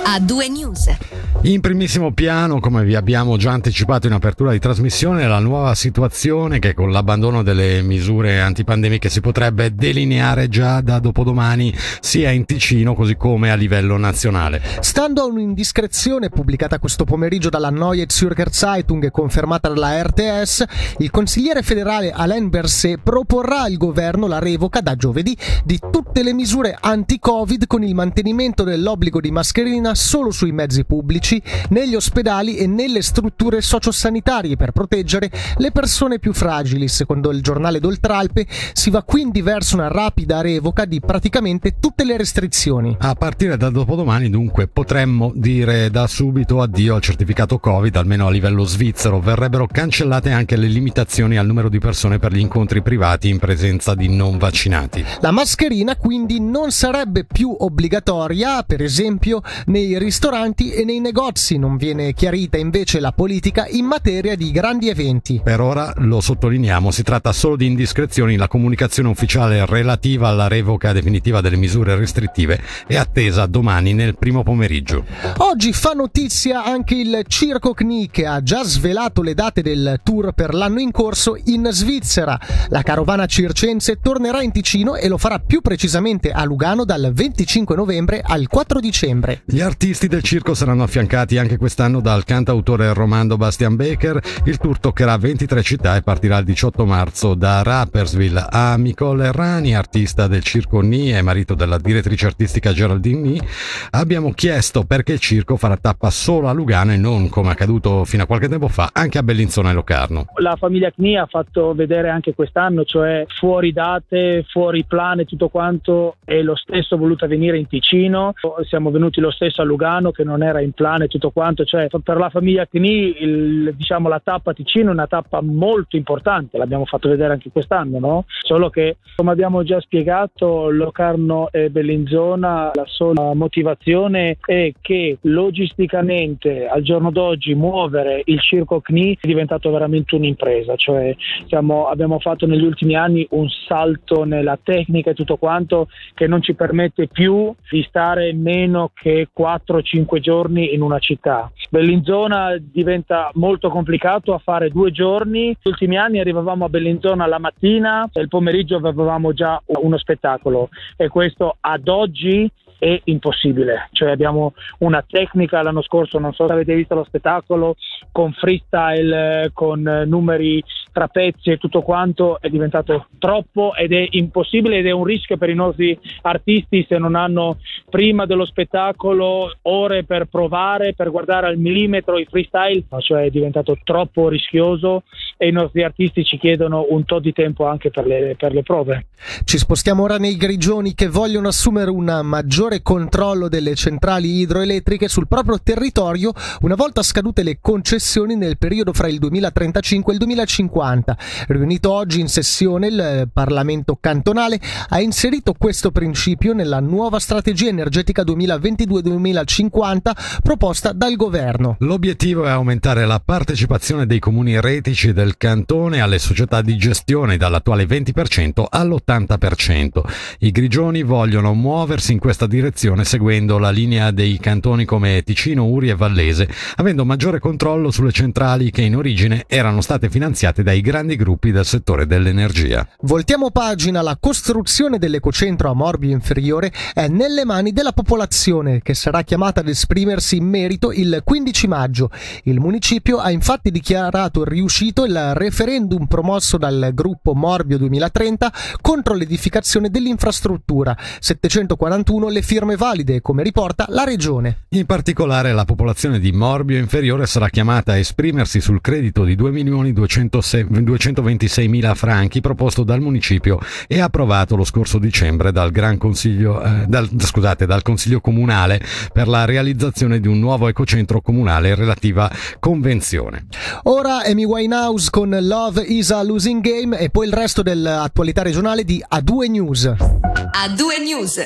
A2 News. In primissimo piano, come vi abbiamo già anticipato in apertura di trasmissione, la nuova situazione che con l'abbandono delle misure antipandemiche si potrebbe delineare già da dopodomani sia in Ticino così come a livello nazionale. Stando a un'indiscrezione pubblicata questo pomeriggio dalla Neue Zürcher Zeitung e confermata dalla RTS, il consigliere federale Alain Berset proporrà al governo la revoca da giovedì di tutte le misure anti-Covid con il mantenimento dell'obbligo di mascherina solo sui mezzi pubblici, negli ospedali e nelle strutture sociosanitarie per proteggere le persone più fragili. Secondo il giornale d'Oltralpe si va quindi verso una rapida revoca di praticamente tutte le restrizioni. A partire da dopodomani dunque potremmo dire da subito addio al certificato Covid, almeno a livello svizzero. Verrebbero cancellate anche le limitazioni al numero di persone per gli incontri privati in presenza di non vaccinati. La mascherina quindi non sarebbe più obbligatoria, per esempio nei ristoranti e nei negozi. Non viene chiarita invece la politica in materia di grandi eventi. Per ora, lo sottolineiamo, si tratta solo di indiscrezioni. La comunicazione ufficiale relativa alla revoca definitiva delle misure restrittive è attesa domani nel primo pomeriggio. Oggi fa notizia anche il Circo CNI, che ha già svelato le date del tour per l'anno in corso in Svizzera. La carovana circense tornerà in Ticino e lo farà più precisamente a Lugano dal 25 novembre al 4 dicembre. Gli artisti del circo saranno affiancati anche quest'anno dal cantautore romano Bastian Becker. Il tour toccherà 23 città e partirà il 18 marzo da Rapperswil. A Nicole Errani, artista del circo NI e marito della direttrice artistica Geraldine NI, abbiamo chiesto perché il circo farà tappa solo a Lugano e non, come accaduto fino a qualche tempo fa, anche a Bellinzona e Locarno. La famiglia CNI ha fatto vedere anche quest'anno, cioè fuori date, fuori plan e tutto quanto, è lo stesso voluta venire in Ticino. Siamo venuti lo stesso a Lugano, che non era in plan e tutto quanto, cioè per la famiglia CNI la tappa Ticino è una tappa molto importante, l'abbiamo fatto vedere anche quest'anno, no? Solo che, come abbiamo già spiegato, Locarno e Bellinzona, la sola motivazione è che logisticamente al giorno d'oggi muovere il circo CNI è diventato veramente un'impresa, cioè abbiamo fatto negli ultimi anni un salto nella tecnica e tutto quanto che non ci permette più di stare meno che 4-5 giorni in una città. Bellinzona diventa molto complicato a fare 2 giorni. Negli ultimi anni arrivavamo a Bellinzona la mattina e il pomeriggio avevamo già uno spettacolo, e questo ad oggi è impossibile. Cioè abbiamo una tecnica, l'anno scorso non so se avete visto lo spettacolo, con freestyle, con numeri trapezi e tutto quanto, è diventato troppo ed è impossibile, ed è un rischio per i nostri artisti se non hanno prima dello spettacolo ore per provare, per guardare al millimetro i freestyle, cioè è diventato troppo rischioso e i nostri artisti ci chiedono un po' di tempo anche per le prove. Ci spostiamo ora nei Grigioni, che vogliono assumere un maggiore controllo delle centrali idroelettriche sul proprio territorio una volta scadute le concessioni nel periodo fra il 2035 e il 2050. Riunito oggi in sessione, il Parlamento cantonale ha inserito questo principio nella nuova strategia energetica 2022-2050 proposta dal governo. L'obiettivo è aumentare la partecipazione dei comuni retici del cantone alle società di gestione dall'attuale 20% all'80%. I Grigioni vogliono muoversi in questa direzione seguendo la linea dei cantoni come Ticino, Uri e Vallese, avendo maggiore controllo sulle centrali che in origine erano state finanziate dai grandi gruppi del settore dell'energia. Voltiamo pagina. La costruzione dell'ecocentro a Morbio Inferiore è nelle mani della popolazione, che sarà chiamata ad esprimersi in merito il 15 maggio. Il municipio ha infatti dichiarato riuscito il referendum promosso dal gruppo Morbio 2030 contro l'edificazione dell'infrastruttura. 741 le firme valide, come riporta la regione. In particolare la popolazione di Morbio Inferiore sarà chiamata a esprimersi sul credito di 2.226.000 franchi proposto dal municipio e approvato lo scorso dicembre dal Consiglio Comunale per la realizzazione di un nuovo ecocentro comunale e relativa convenzione. Ora Amy Winehouse con Love is a Losing Game e poi il resto dell'attualità regionale di A2 News. A2 News.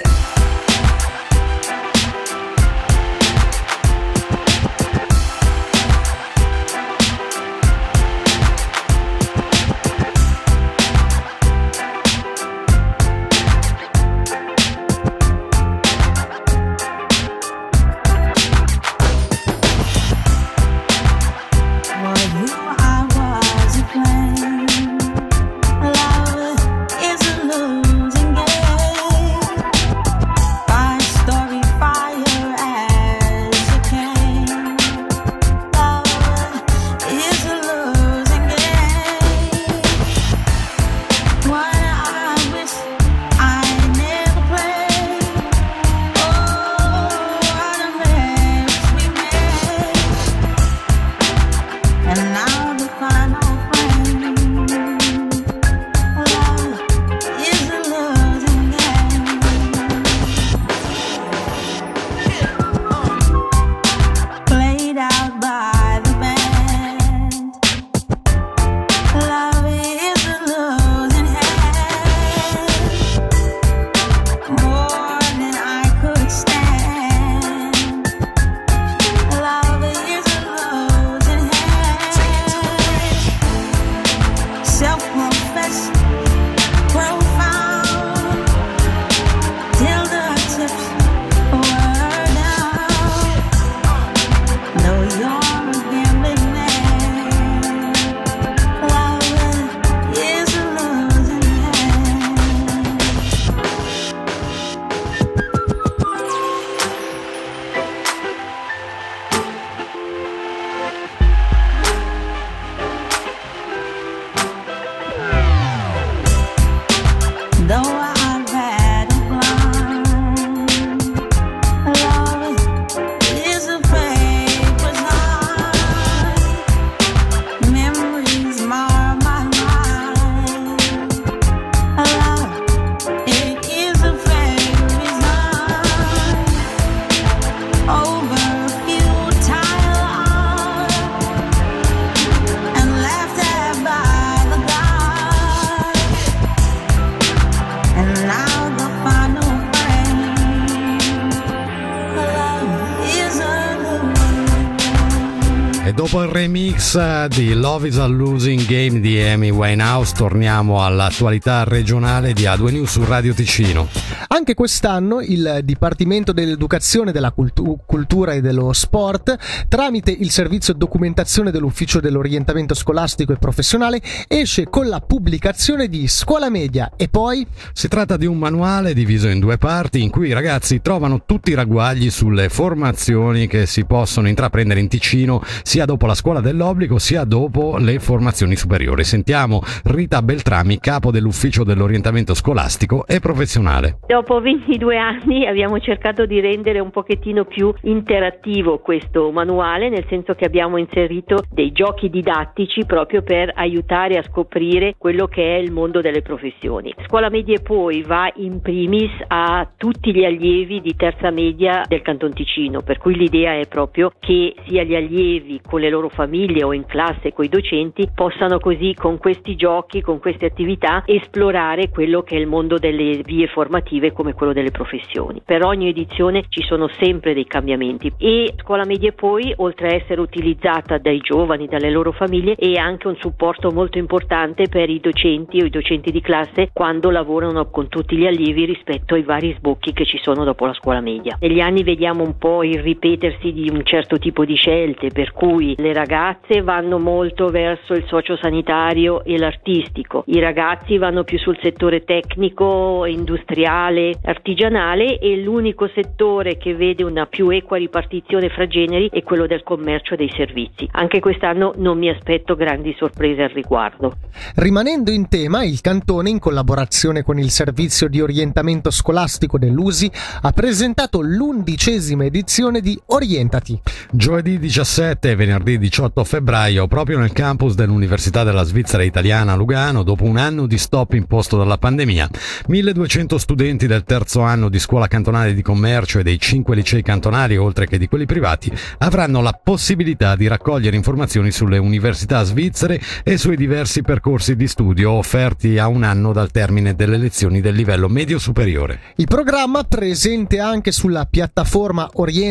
Dopo il remix di Love is a Losing Game di Amy Winehouse torniamo all'attualità regionale di A2 News su Radio Ticino. Anche quest'anno il Dipartimento dell'Educazione, della Cultura e dello Sport, tramite il servizio documentazione dell'Ufficio dell'Orientamento Scolastico e Professionale, esce con la pubblicazione di Scuola Media. E poi? Si tratta di un manuale diviso in 2 parti in cui i ragazzi trovano tutti i ragguagli sulle formazioni che si possono intraprendere in Ticino sia dopo la scuola dell'obbligo sia dopo le formazioni superiori. Sentiamo Rita Beltrami, capo dell'Ufficio dell'Orientamento Scolastico e Professionale. Dopo 22 anni abbiamo cercato di rendere un pochettino più interattivo questo manuale, nel senso che abbiamo inserito dei giochi didattici proprio per aiutare a scoprire quello che è il mondo delle professioni. Scuola Media e poi va in primis a tutti gli allievi di terza media del Canton Ticino, per cui l'idea è proprio che sia gli allievi con le loro famiglie o in classe con i docenti possano così con questi giochi, con queste attività esplorare quello che è il mondo delle vie formative come quello delle professioni. Per ogni edizione ci sono sempre dei cambiamenti e Scuola Media e poi, oltre a essere utilizzata dai giovani, dalle loro famiglie, è anche un supporto molto importante per i docenti o i docenti di classe quando lavorano con tutti gli allievi rispetto ai vari sbocchi che ci sono dopo la scuola media. Negli anni vediamo un po' il ripetersi di un certo tipo di scelte, per cui le ragazze vanno molto verso il sociosanitario e l'artistico, i ragazzi vanno più sul settore tecnico, industriale, artigianale, e l'unico settore che vede una più equa ripartizione fra generi è quello del commercio e dei servizi. Anche quest'anno non mi aspetto grandi sorprese al riguardo. Rimanendo in tema, il Cantone, in collaborazione con il Servizio di Orientamento Scolastico dell'USI, ha presentato l'11ª edizione di Orientati. Giovedì 17 e venerdì 18 febbraio, proprio nel campus dell'Università della Svizzera Italiana a Lugano, dopo un anno di stop imposto dalla pandemia, 1200 studenti del terzo anno di scuola cantonale di commercio e dei 5 licei cantonali, oltre che di quelli privati, avranno la possibilità di raccogliere informazioni sulle università svizzere e sui diversi percorsi di studio offerti a un anno dal termine delle lezioni del livello medio superiore. Il programma, presente anche sulla piattaforma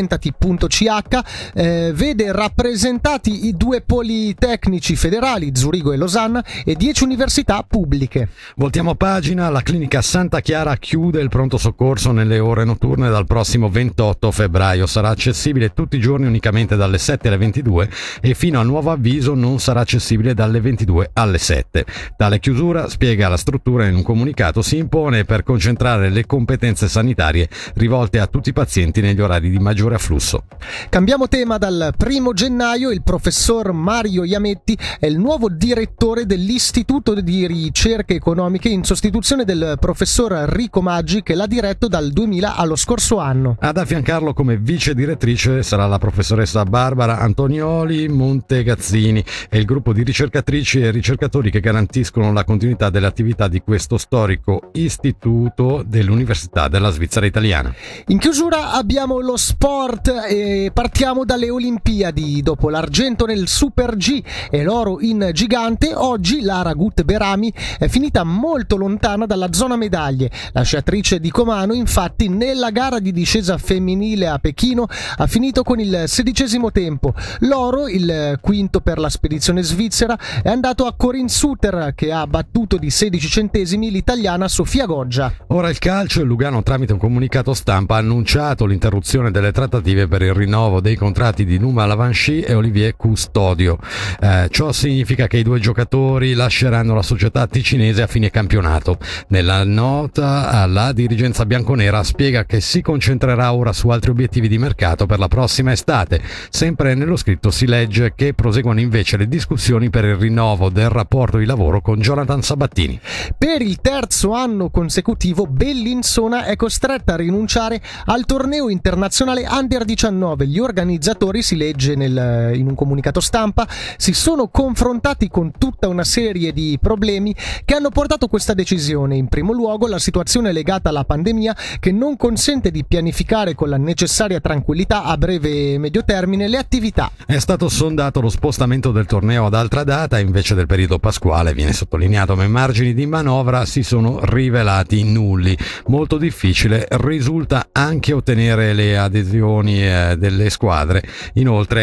orientati.ch, vede rappresentati i 2 politecnici federali, Zurigo e Losanna, e 10 università pubbliche. Voltiamo pagina, la clinica Santa Chiara chiude il pronto soccorso nelle ore notturne dal prossimo 28 febbraio. Sarà accessibile tutti i giorni unicamente dalle 7 alle 22 e fino a nuovo avviso non sarà accessibile dalle 22 alle 7. Tale chiusura, spiega la struttura in un comunicato, si impone per concentrare le competenze sanitarie rivolte a tutti i pazienti negli orari di maggiore afflusso. Cambiamo tema. Dal 1 gennaio il professor Mario Iametti è il nuovo direttore dell'Istituto di Ricerche Economiche, in sostituzione del professor Rico Maggi, che l'ha diretto dal 2000 allo scorso anno. Ad affiancarlo come vice direttrice sarà la professoressa Barbara Antonioli Montegazzini e il gruppo di ricercatrici e ricercatori che garantiscono la continuità delle attività di questo storico istituto dell'Università della Svizzera Italiana. In chiusura abbiamo lo sport e partiamo dalle Olimpiadi. Dopo l'argento nel Super G e l'oro in gigante, oggi Lara Gut Berami è finita molto lontana dalla zona medaglie. La sciatrice di Comano, infatti, nella gara di discesa femminile a Pechino ha finito con il 16° tempo. L'oro, il quinto per la spedizione svizzera, è andato a Corinne Suter, che ha battuto di 16 centesimi l'italiana Sofia Goggia. Ora il calcio. Il Lugano, tramite un comunicato stampa, ha annunciato l'interruzione delle trattative per il rinnovo dei contratti di Numa Lavanchy e Olivier Custodio. Ciò significa che i 2 giocatori lasceranno la società ticinese a fine campionato. Nella nota, la dirigenza bianconera spiega che si concentrerà ora su altri obiettivi di mercato per la prossima estate. Sempre nello scritto si legge che proseguono invece le discussioni per il rinnovo del rapporto di lavoro con Jonathan Sabattini. Per il terzo anno consecutivo Bellinzona è costretta a rinunciare al torneo internazionale Under 19. Gli organizzatori, si legge in un comunicato stampa, si sono confrontati con tutta una serie di problemi che hanno portato questa decisione. In primo luogo la situazione legata alla pandemia, che non consente di pianificare con la necessaria tranquillità a breve e medio termine le attività. È stato sondato lo spostamento del torneo ad altra data invece del periodo pasquale, viene sottolineato, ma i margini di manovra si sono rivelati nulli. Molto difficile risulta anche ottenere le adesioni delle squadre. Inoltre è problematica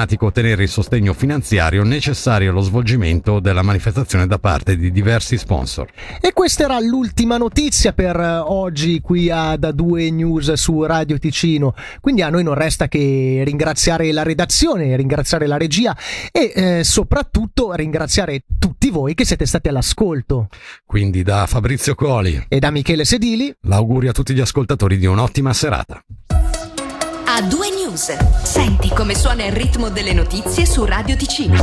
pratico ottenere il sostegno finanziario necessario allo svolgimento della manifestazione da parte di diversi sponsor. E questa era l'ultima notizia per oggi qui ad A2 News su Radio Ticino, quindi a noi non resta che ringraziare la redazione, ringraziare la regia e soprattutto ringraziare tutti voi che siete stati all'ascolto. Quindi da Fabrizio Coli e da Michele Sedili l'augurio a tutti gli ascoltatori di un'ottima serata. A2 News. Senti come suona il ritmo delle notizie su Radio Ticino.